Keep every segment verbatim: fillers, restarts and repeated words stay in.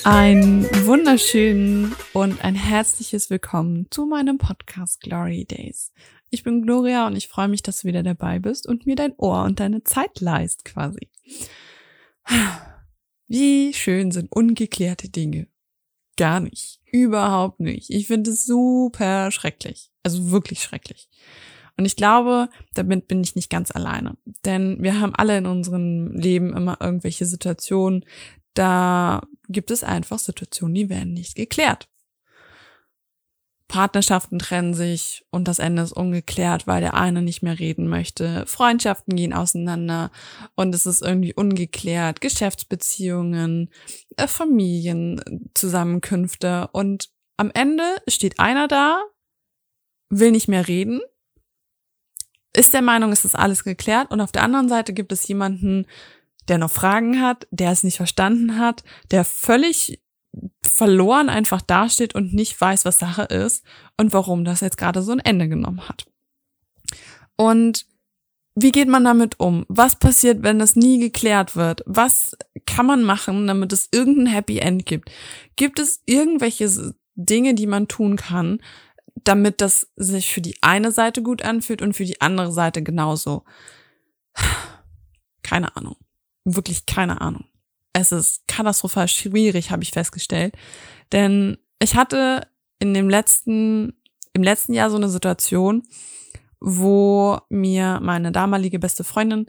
Ein wunderschönen und ein herzliches Willkommen zu meinem Podcast Glory Days. Ich bin Gloria und ich freue mich, dass du wieder dabei bist und mir dein Ohr und deine Zeit leihst quasi. Wie schön sind ungeklärte Dinge. Gar nicht. Überhaupt nicht. Ich finde es super schrecklich. Also wirklich schrecklich. Und ich glaube, damit bin ich nicht ganz alleine. Denn wir haben alle in unserem Leben immer irgendwelche Situationen, da gibt es einfach Situationen, die werden nicht geklärt. Partnerschaften trennen sich und das Ende ist ungeklärt, weil der eine nicht mehr reden möchte. Freundschaften gehen auseinander und es ist irgendwie ungeklärt. Geschäftsbeziehungen, Familienzusammenkünfte und am Ende steht einer da, will nicht mehr reden, ist der Meinung, es ist alles geklärt und auf der anderen Seite gibt es jemanden, der noch Fragen hat, der es nicht verstanden hat, der völlig verloren einfach dasteht und nicht weiß, was Sache ist und warum das jetzt gerade so ein Ende genommen hat. Und wie geht man damit um? Was passiert, wenn das nie geklärt wird? Was kann man machen, damit es irgendein Happy End gibt? Gibt es irgendwelche Dinge, die man tun kann, damit das sich für die eine Seite gut anfühlt und für die andere Seite genauso? Keine Ahnung. Wirklich keine Ahnung. Es ist katastrophal schwierig, habe ich festgestellt. Denn ich hatte in dem letzten, im letzten Jahr so eine Situation, wo mir meine damalige beste Freundin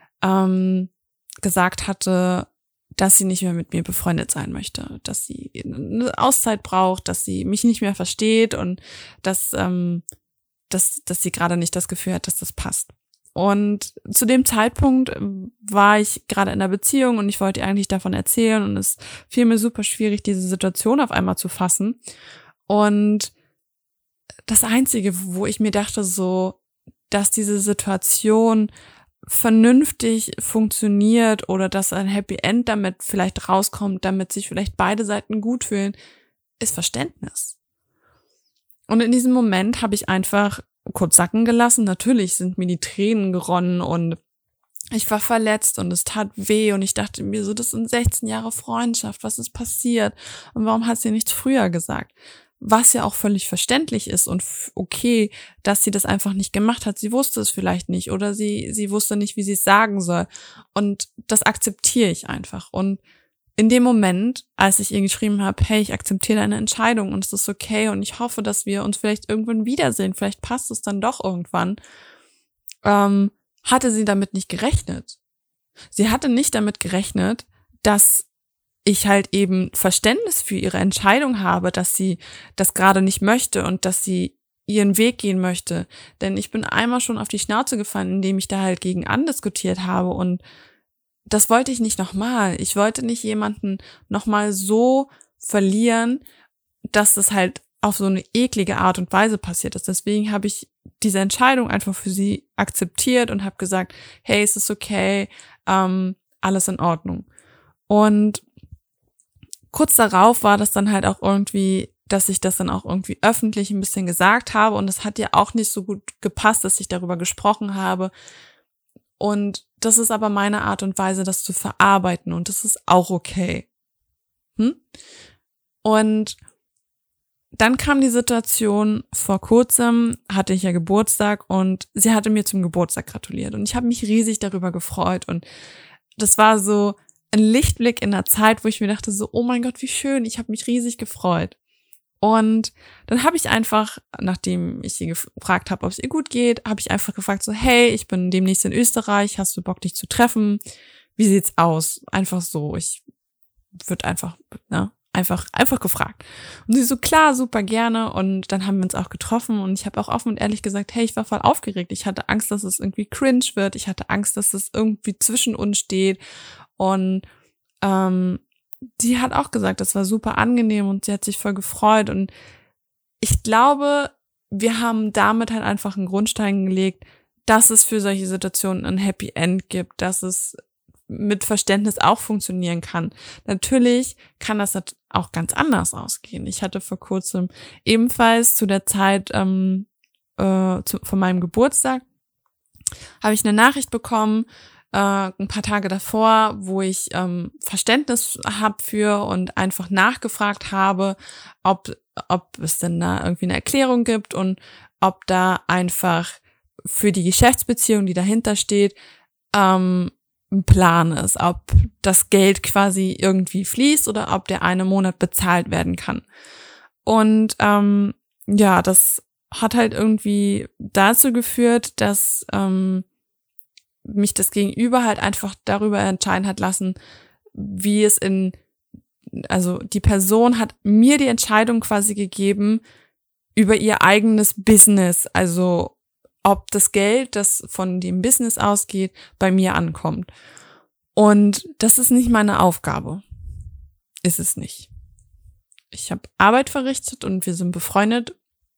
ähm, gesagt hatte, dass sie nicht mehr mit mir befreundet sein möchte, dass sie eine Auszeit braucht, dass sie mich nicht mehr versteht und dass, ähm, dass, dass sie gerade nicht das Gefühl hat, dass das passt. Und zu dem Zeitpunkt war ich gerade in einer Beziehung und ich wollte ihr eigentlich davon erzählen und es fiel mir super schwierig, diese Situation auf einmal zu fassen. Und das Einzige, wo ich mir dachte, so, dass diese Situation vernünftig funktioniert oder dass ein Happy End damit vielleicht rauskommt, damit sich vielleicht beide Seiten gut fühlen, ist Verständnis. Und in diesem Moment habe ich einfach kurz sacken gelassen. Natürlich sind mir die Tränen geronnen und ich war verletzt und es tat weh und ich dachte mir so, das sind sechzehn Jahre Freundschaft, was ist passiert und warum hat sie nichts früher gesagt? Was ja auch völlig verständlich ist und okay, dass sie das einfach nicht gemacht hat. Sie wusste es vielleicht nicht oder sie sie wusste nicht, wie sie es sagen soll und das akzeptiere ich einfach. Und in dem Moment, als ich ihr geschrieben habe, hey, ich akzeptiere deine Entscheidung und es ist okay und ich hoffe, dass wir uns vielleicht irgendwann wiedersehen, vielleicht passt es dann doch irgendwann, ähm, hatte sie damit nicht gerechnet. Sie hatte nicht damit gerechnet, dass ich halt eben Verständnis für ihre Entscheidung habe, dass sie das gerade nicht möchte und dass sie ihren Weg gehen möchte. Denn ich bin einmal schon auf die Schnauze gefallen, indem ich da halt gegen andiskutiert habe und das wollte ich nicht nochmal. Ich wollte nicht jemanden nochmal so verlieren, dass das halt auf so eine eklige Art und Weise passiert ist. Deswegen habe ich diese Entscheidung einfach für sie akzeptiert und habe gesagt, hey, es ist okay, ähm, alles in Ordnung. Und kurz darauf war das dann halt auch irgendwie, dass ich das dann auch irgendwie öffentlich ein bisschen gesagt habe und es hat ja auch nicht so gut gepasst, dass ich darüber gesprochen habe. Und das ist aber meine Art und Weise, das zu verarbeiten und das ist auch okay. Hm? Und dann kam die Situation, vor kurzem hatte ich ja Geburtstag und sie hatte mir zum Geburtstag gratuliert und ich habe mich riesig darüber gefreut und das war so ein Lichtblick in der Zeit, wo ich mir dachte so, oh mein Gott, wie schön, ich habe mich riesig gefreut. Und dann habe ich einfach, nachdem ich sie gefragt habe, ob es ihr gut geht, habe ich einfach gefragt so, hey, ich bin demnächst in Österreich, hast du Bock, dich zu treffen? Wie sieht's aus? Einfach so, ich würde einfach, ne, einfach, einfach gefragt. Und sie so, klar, super gerne. Und dann haben wir uns auch getroffen und ich habe auch offen und ehrlich gesagt, hey, ich war voll aufgeregt. Ich hatte Angst, dass es irgendwie cringe wird. Ich hatte Angst, dass es irgendwie zwischen uns steht. Und ähm, sie hat auch gesagt, das war super angenehm und sie hat sich voll gefreut und ich glaube, wir haben damit halt einfach einen Grundstein gelegt, dass es für solche Situationen ein Happy End gibt, dass es mit Verständnis auch funktionieren kann. Natürlich kann das auch ganz anders ausgehen. Ich hatte vor kurzem ebenfalls zu der Zeit ähm, äh, zu, von meinem Geburtstag habe ich eine Nachricht bekommen, äh, ein paar Tage davor, wo ich ähm, Verständnis habe für und einfach nachgefragt habe, ob, ob es denn da irgendwie eine Erklärung gibt und ob da einfach für die Geschäftsbeziehung, die dahinter steht, ähm, ein Plan ist, ob das Geld quasi irgendwie fließt oder ob der eine Monat bezahlt werden kann. Und ähm, ja, das hat halt irgendwie dazu geführt, dass ähm, mich das Gegenüber halt einfach darüber entscheiden hat lassen, wie es in, also die Person hat mir die Entscheidung quasi gegeben über ihr eigenes Business, also ob das Geld, das von dem Business ausgeht, bei mir ankommt. Und das ist nicht meine Aufgabe. Ist es nicht. Ich habe Arbeit verrichtet und wir sind befreundet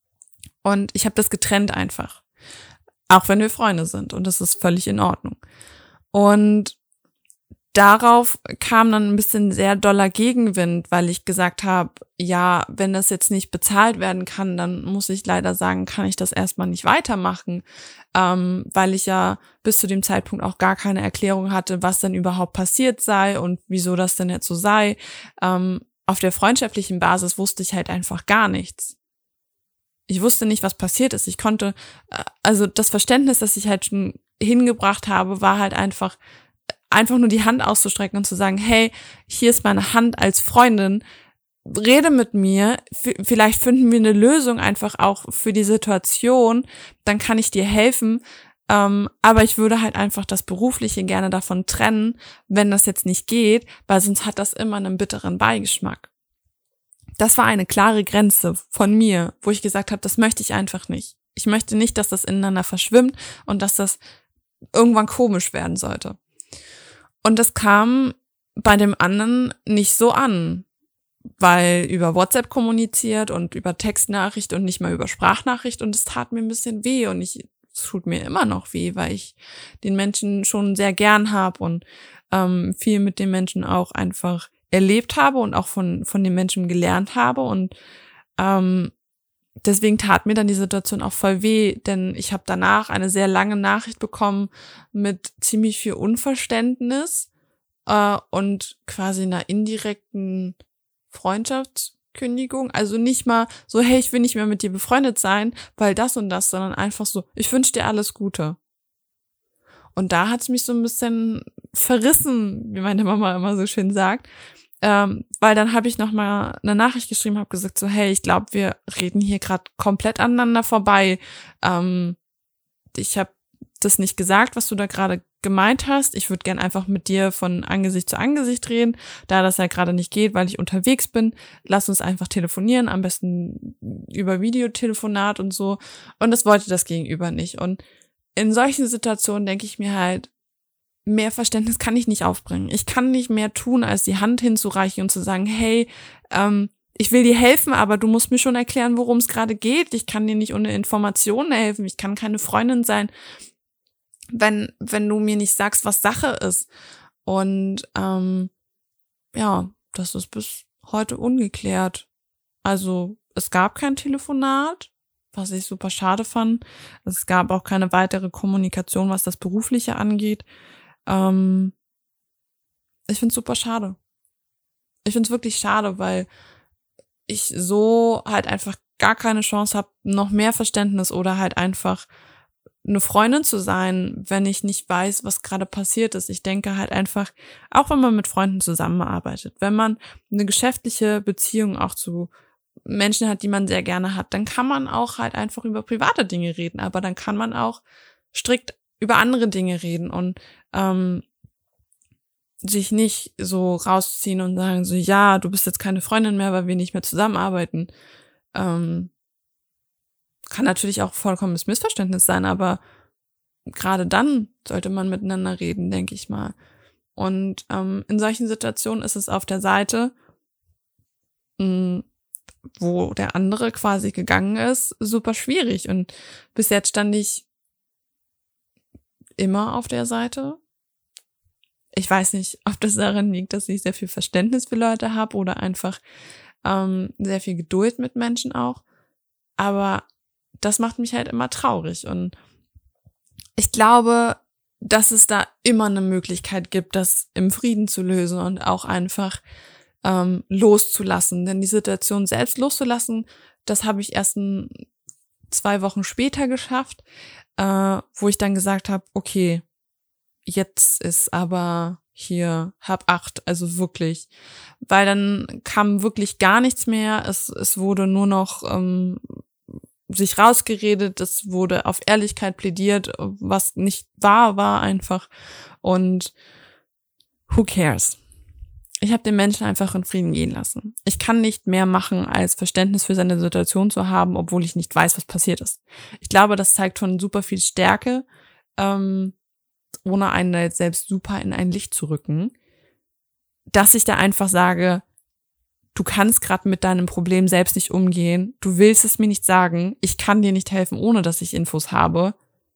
und ich habe das getrennt einfach. Auch wenn wir Freunde sind und das ist völlig in Ordnung. Und darauf kam dann ein bisschen sehr doller Gegenwind, weil ich gesagt habe, ja, wenn das jetzt nicht bezahlt werden kann, dann muss ich leider sagen, kann ich das erstmal nicht weitermachen, ähm, weil ich ja bis zu dem Zeitpunkt auch gar keine Erklärung hatte, was denn überhaupt passiert sei und wieso das denn jetzt so sei. Ähm, auf der freundschaftlichen Basis wusste ich halt einfach gar nichts. Ich wusste nicht, was passiert ist. Ich konnte, also das Verständnis, das ich halt schon hingebracht habe, war halt einfach, einfach nur die Hand auszustrecken und zu sagen, hey, hier ist meine Hand als Freundin, rede mit mir, v- vielleicht finden wir eine Lösung einfach auch für die Situation, dann kann ich dir helfen, ähm, aber ich würde halt einfach das Berufliche gerne davon trennen, wenn das jetzt nicht geht, weil sonst hat das immer einen bitteren Beigeschmack. Das war eine klare Grenze von mir, wo ich gesagt habe, das möchte ich einfach nicht. Ich möchte nicht, dass das ineinander verschwimmt und dass das irgendwann komisch werden sollte. Und das kam bei dem anderen nicht so an, weil über WhatsApp kommuniziert und über Textnachricht und nicht mal über Sprachnachricht und es tat mir ein bisschen weh und ich, es tut mir immer noch weh, weil ich den Menschen schon sehr gern habe und ähm, viel mit den Menschen auch einfach erlebt habe und auch von von den Menschen gelernt habe und ähm, deswegen tat mir dann die Situation auch voll weh, denn ich habe danach eine sehr lange Nachricht bekommen mit ziemlich viel Unverständnis äh, und quasi einer indirekten Freundschaftskündigung. Also nicht mal so, hey, ich will nicht mehr mit dir befreundet sein, weil das und das, sondern einfach so, ich wünsche dir alles Gute. Und da hat es mich so ein bisschen verrissen, wie meine Mama immer so schön sagt. Ähm, weil dann habe ich nochmal eine Nachricht geschrieben, habe gesagt so, hey, ich glaube, wir reden hier gerade komplett aneinander vorbei. Ähm, ich habe das nicht gesagt, was du da gerade gemeint hast. Ich würde gern einfach mit dir von Angesicht zu Angesicht reden, da das ja gerade nicht geht, weil ich unterwegs bin. Lass uns einfach telefonieren, am besten über Videotelefonat und so. Und das wollte das Gegenüber nicht. Und in solchen Situationen denke ich mir halt, mehr Verständnis kann ich nicht aufbringen. Ich kann nicht mehr tun, als die Hand hinzureichen und zu sagen, hey, ähm, ich will dir helfen, aber du musst mir schon erklären, worum es gerade geht. Ich kann dir nicht ohne Informationen helfen. Ich kann keine Freundin sein, wenn wenn du mir nicht sagst, was Sache ist. Und ähm, ja, das ist bis heute ungeklärt. Also es gab kein Telefonat, was ich super schade fand. Es gab auch keine weitere Kommunikation, was das Berufliche angeht. Ähm, ich find's super schade. Ich find's wirklich schade, weil ich so halt einfach gar keine Chance habe, noch mehr Verständnis oder halt einfach eine Freundin zu sein, wenn ich nicht weiß, was gerade passiert ist. Ich denke halt einfach, auch wenn man mit Freunden zusammenarbeitet, wenn man eine geschäftliche Beziehung auch zu Menschen hat, die man sehr gerne hat, dann kann man auch halt einfach über private Dinge reden, aber dann kann man auch strikt über andere Dinge reden und ähm, sich nicht so rausziehen und sagen so, ja, du bist jetzt keine Freundin mehr, weil wir nicht mehr zusammenarbeiten. Ähm, kann natürlich auch vollkommenes Missverständnis sein, aber gerade dann sollte man miteinander reden, denke ich mal. Und ähm, in solchen Situationen ist es auf der Seite, mh, wo der andere quasi gegangen ist, super schwierig. Und bis jetzt stand ich immer auf der Seite. Ich weiß nicht, ob das daran liegt, dass ich sehr viel Verständnis für Leute habe oder einfach ähm, sehr viel Geduld mit Menschen auch. Aber das macht mich halt immer traurig. Und ich glaube, dass es da immer eine Möglichkeit gibt, das im Frieden zu lösen und auch einfach ähm, loszulassen. Denn die Situation selbst loszulassen, das habe ich erst ein, zwei Wochen später geschafft, äh, wo ich dann gesagt habe, okay, jetzt ist aber hier, hab acht, also wirklich. Weil dann kam wirklich gar nichts mehr, es, es wurde nur noch ähm, sich rausgeredet, es wurde auf Ehrlichkeit plädiert, was nicht wahr war einfach. Und who cares? Ich habe den Menschen einfach in Frieden gehen lassen. Ich kann nicht mehr machen, als Verständnis für seine Situation zu haben, obwohl ich nicht weiß, was passiert ist. Ich glaube, das zeigt schon super viel Stärke, ähm, ohne einen da jetzt selbst super in ein Licht zu rücken, dass ich da einfach sage, du kannst gerade mit deinem Problem selbst nicht umgehen, du willst es mir nicht sagen, ich kann dir nicht helfen, ohne dass ich Infos habe.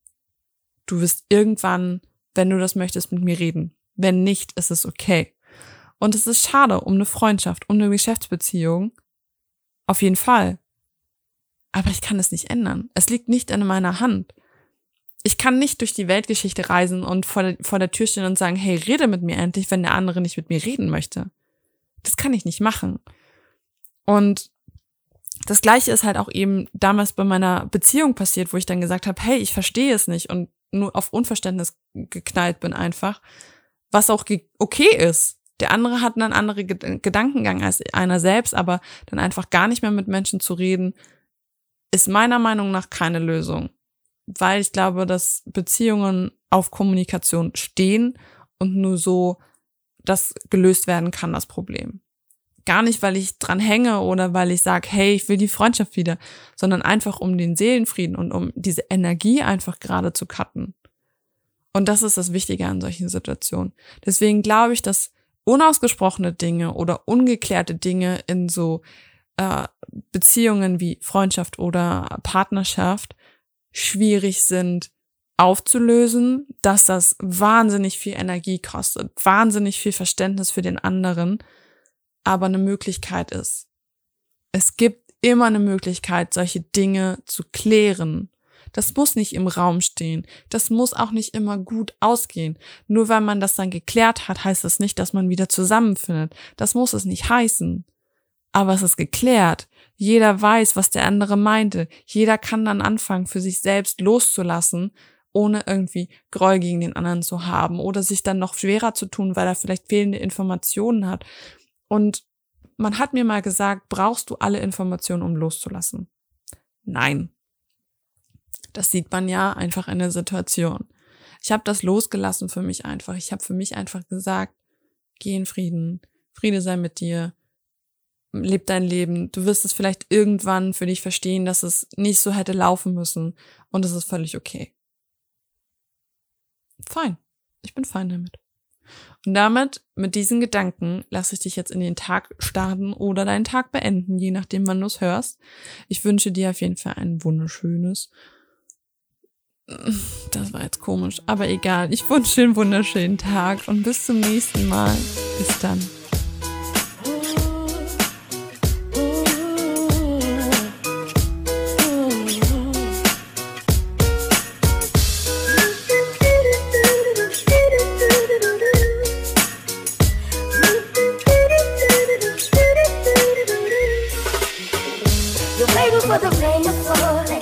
Du wirst irgendwann, wenn du das möchtest, mit mir reden. Wenn nicht, ist es okay. Und es ist schade um eine Freundschaft, um eine Geschäftsbeziehung. Auf jeden Fall. Aber ich kann es nicht ändern. Es liegt nicht in meiner Hand. Ich kann nicht durch die Weltgeschichte reisen und vor der, vor der Tür stehen und sagen, hey, rede mit mir endlich, wenn der andere nicht mit mir reden möchte. Das kann ich nicht machen. Und das Gleiche ist halt auch eben damals bei meiner Beziehung passiert, wo ich dann gesagt habe, hey, ich verstehe es nicht und nur auf Unverständnis geknallt bin einfach, was auch okay ist. Der andere hat einen anderen Gedankengang als einer selbst, aber dann einfach gar nicht mehr mit Menschen zu reden, ist meiner Meinung nach keine Lösung. Weil ich glaube, dass Beziehungen auf Kommunikation stehen und nur so das gelöst werden kann, das Problem. Gar nicht, weil ich dran hänge oder weil ich sage, hey, ich will die Freundschaft wieder, sondern einfach um den Seelenfrieden und um diese Energie einfach gerade zu cutten. Und das ist das Wichtige an solchen Situationen. Deswegen glaube ich, dass unausgesprochene Dinge oder ungeklärte Dinge in so äh, Beziehungen wie Freundschaft oder Partnerschaft schwierig sind aufzulösen, dass das wahnsinnig viel Energie kostet, wahnsinnig viel Verständnis für den anderen, aber eine Möglichkeit ist. Es gibt immer eine Möglichkeit, solche Dinge zu klären. Das muss nicht im Raum stehen. Das muss auch nicht immer gut ausgehen. Nur weil man das dann geklärt hat, heißt das nicht, dass man wieder zusammenfindet. Das muss es nicht heißen. Aber es ist geklärt. Jeder weiß, was der andere meinte. Jeder kann dann anfangen, für sich selbst loszulassen, ohne irgendwie Groll gegen den anderen zu haben oder sich dann noch schwerer zu tun, weil er vielleicht fehlende Informationen hat. Und man hat mir mal gesagt, brauchst du alle Informationen, um loszulassen? Nein. Das sieht man ja einfach in der Situation. Ich habe das losgelassen für mich einfach. Ich habe für mich einfach gesagt, geh in Frieden, Friede sei mit dir, leb dein Leben. Du wirst es vielleicht irgendwann für dich verstehen, dass es nicht so hätte laufen müssen und es ist völlig okay. Fein. Ich bin fein damit. Und damit, mit diesen Gedanken, lasse ich dich jetzt in den Tag starten oder deinen Tag beenden, je nachdem, wann du es hörst. Ich wünsche dir auf jeden Fall ein wunderschönes, das war jetzt komisch, aber egal. Ich wünsche dir einen wunderschönen Tag und bis zum nächsten Mal. Bis dann. For the rain to fall